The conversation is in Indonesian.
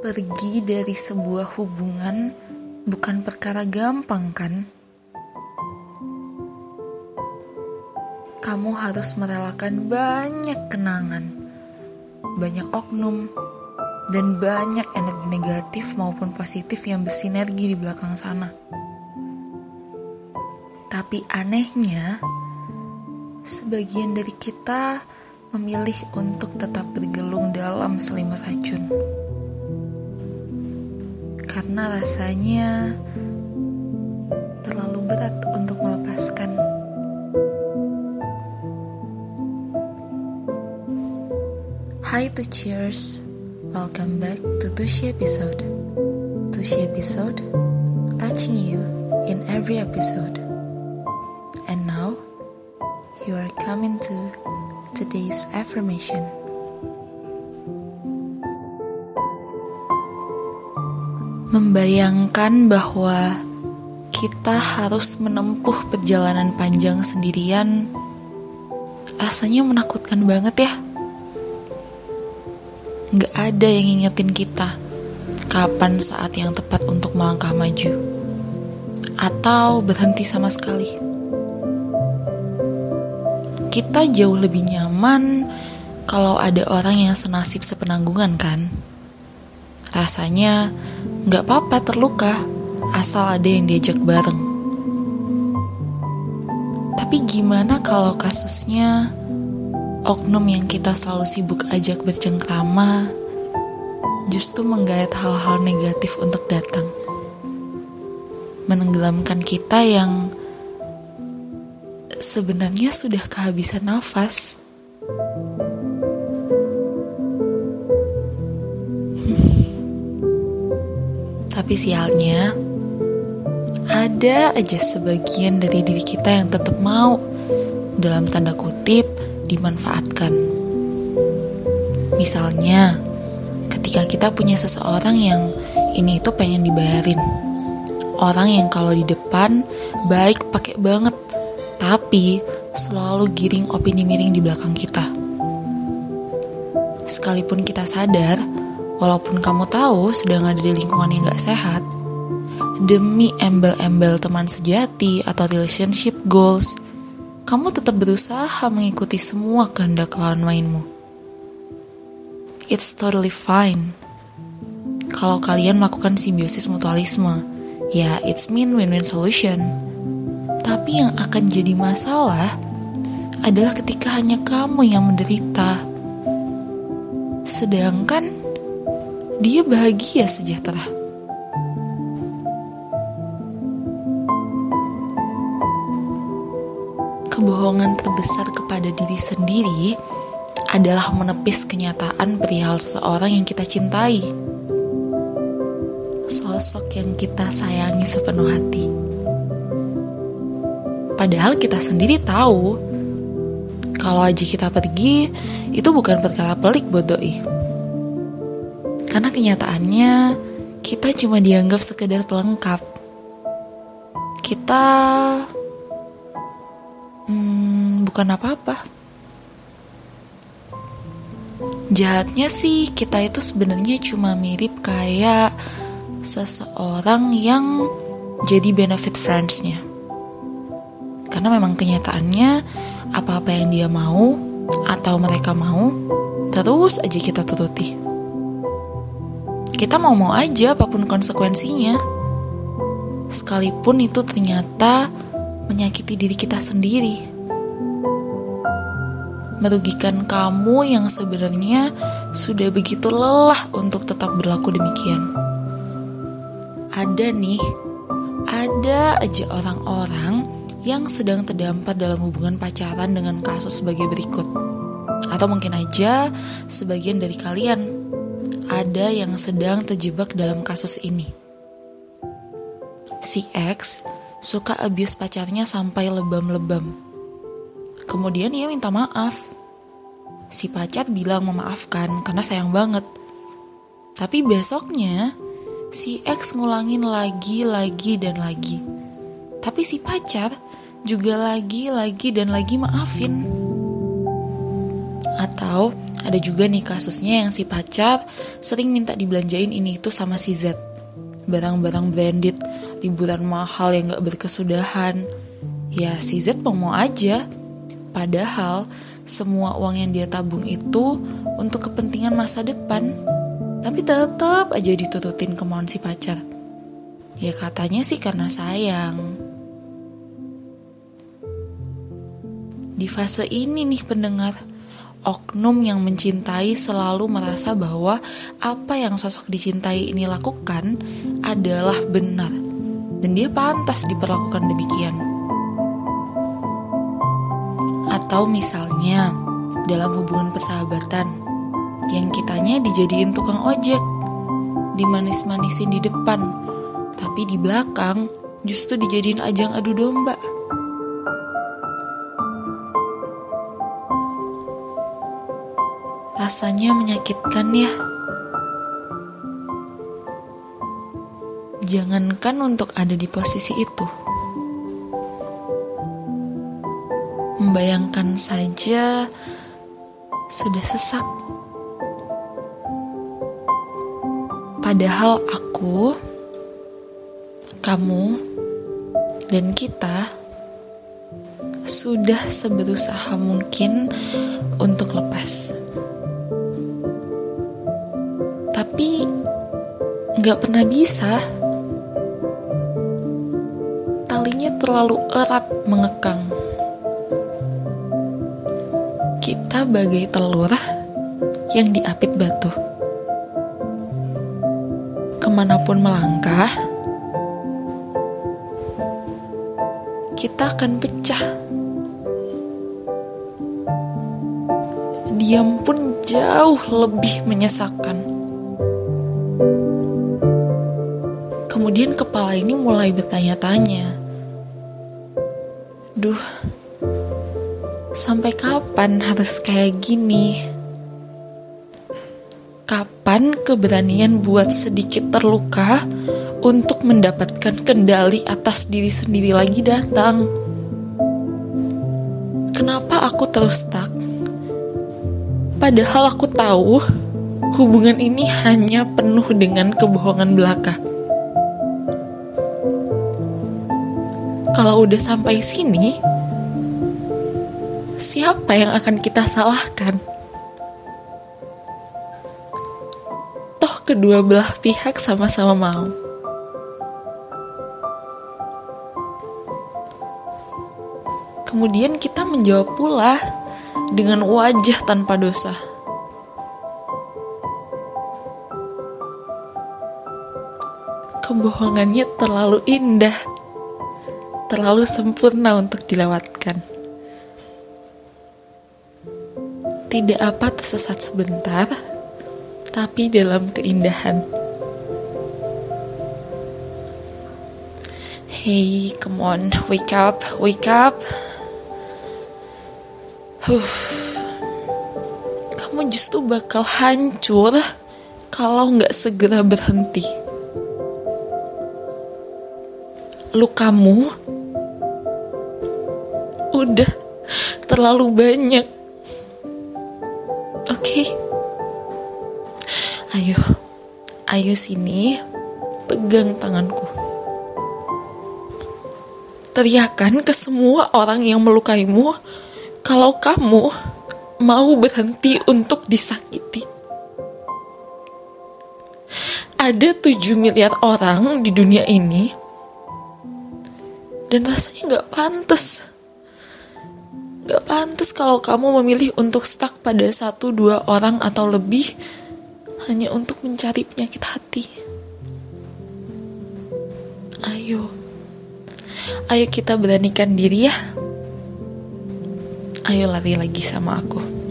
Pergi dari sebuah hubungan bukan perkara gampang, kan? Kamu harus merelakan banyak kenangan, banyak oknum, dan banyak energi negatif maupun positif yang bersinergi di belakang sana. Tapi anehnya, sebagian dari kita memilih untuk tetap bergelung dalam selimut racun. Karena rasanya terlalu berat untuk melepaskan. Hi to cheers, welcome back to Tushy episode. Tushy episode, touching you in every episode. And now, you are coming to today's affirmation. Membayangkan bahwa kita harus menempuh perjalanan panjang sendirian rasanya menakutkan banget ya. Gak ada yang ngingetin kita kapan saat yang tepat untuk melangkah maju atau berhenti sama sekali. Kita jauh lebih nyaman kalau ada orang yang senasib sepenanggungan, kan? Rasanya gak apa-apa terluka, asal ada yang diajak bareng. Tapi gimana kalau kasusnya oknum yang kita selalu sibuk ajak bercengkrama justru menggait hal-hal negatif untuk datang, menenggelamkan kita yang sebenarnya sudah kehabisan nafas. Tapi sialnya, ada aja sebagian dari diri kita yang tetap mau, dalam tanda kutip, dimanfaatkan. Misalnya, ketika kita punya seseorang yang ini itu pengen dibayarin. Orang yang kalau di depan baik pakai banget, tapi selalu giring opini miring di belakang kita. Sekalipun kita sadar, walaupun kamu tahu sedang ada di lingkungan yang gak sehat, demi embel-embel teman sejati atau relationship goals, kamu tetap berusaha mengikuti semua kehendak lawan mainmu. It's totally fine. Kalau kalian melakukan simbiosis mutualisme, ya it's win-win solution. Tapi yang akan jadi masalah adalah ketika hanya kamu yang menderita, sedangkan dia bahagia sejahtera. Kebohongan terbesar kepada diri sendiri adalah menepis kenyataan perihal seseorang yang kita cintai, sosok yang kita sayangi sepenuh hati. Padahal kita sendiri tahu kalau aja kita pergi itu bukan perkara pelik buat doi. Karena kenyataannya kita cuma dianggap sekedar pelengkap. Kita bukan apa-apa. Jahatnya sih kita itu sebenarnya cuma mirip kayak seseorang yang jadi benefit friends-nya. Karena memang kenyataannya apa-apa yang dia mau atau mereka mau, terus aja kita turuti. Kita mau-mau aja apapun konsekuensinya, sekalipun itu ternyata menyakiti diri kita sendiri, merugikan kamu yang sebenarnya sudah begitu lelah untuk tetap berlaku demikian. Ada aja orang-orang yang sedang terdampar dalam hubungan pacaran dengan kasus sebagai berikut. Atau mungkin aja sebagian dari kalian ada yang sedang terjebak dalam kasus ini. Si X suka abuse pacarnya sampai lebam-lebam. Kemudian ia minta maaf. Si pacar bilang memaafkan karena sayang banget. Tapi besoknya si X ngulangin lagi dan lagi. Tapi si pacar juga lagi dan lagi maafin. Atau Ada juga nih kasusnya yang si pacar sering minta dibelanjain ini itu sama si Z. Barang-barang branded, liburan mahal yang gak berkesudahan. Ya si Z mau aja. Padahal semua uang yang dia tabung itu untuk kepentingan masa depan. Tapi tetap aja diturutin kemauan si pacar. Ya katanya sih karena sayang. Di fase ini nih pendengar, oknum yang mencintai selalu merasa bahwa apa yang sosok dicintai ini lakukan adalah benar. Dan dia pantas diperlakukan demikian. Atau misalnya dalam hubungan persahabatan yang kitanya dijadiin tukang ojek, dimanis-manisin di depan, tapi di belakang justru dijadiin ajang adu domba. Rasanya menyakitkan ya. Jangankan untuk ada di posisi itu, membayangkan saja sudah sesak. Padahal aku, kamu, dan kita sudah seberusaha mungkin untuk lepas. Tapi gak pernah bisa. Talinya terlalu erat mengekang. Kita bagai telur yang diapit batu. Kemanapun melangkah, kita akan pecah. Diam pun jauh lebih menyesakkan. Kemudian kepala ini mulai bertanya-tanya, duh, sampai kapan harus kayak gini? Kapan keberanian buat sedikit terluka untuk mendapatkan kendali atas diri sendiri lagi datang? Kenapa aku terus stuck? Padahal aku tahu hubungan ini hanya penuh dengan kebohongan belaka. Kalau udah sampai sini, siapa yang akan kita salahkan? Toh kedua belah pihak sama-sama mau. Kemudian kita menjawab pula dengan wajah tanpa dosa. Kebohongannya terlalu indah, terlalu sempurna untuk dilewatkan. Tidak apa tersesat sebentar, tapi dalam keindahan. Hey, come on, wake up, wake up. Kamu justru bakal hancur kalau nggak segera berhenti. Lukamu udah terlalu banyak. Oke? Ayo sini, pegang tanganku. Teriakan ke semua orang yang melukaimu kalau kamu mau berhenti untuk disakiti. Ada 7 miliar orang di dunia ini, dan rasanya gak pantas. Gak pantas kalau kamu memilih untuk stuck pada 1-2 orang atau lebih hanya untuk mencari penyakit hati. Ayo kita beranikan diri ya. Ayo lari lagi sama aku.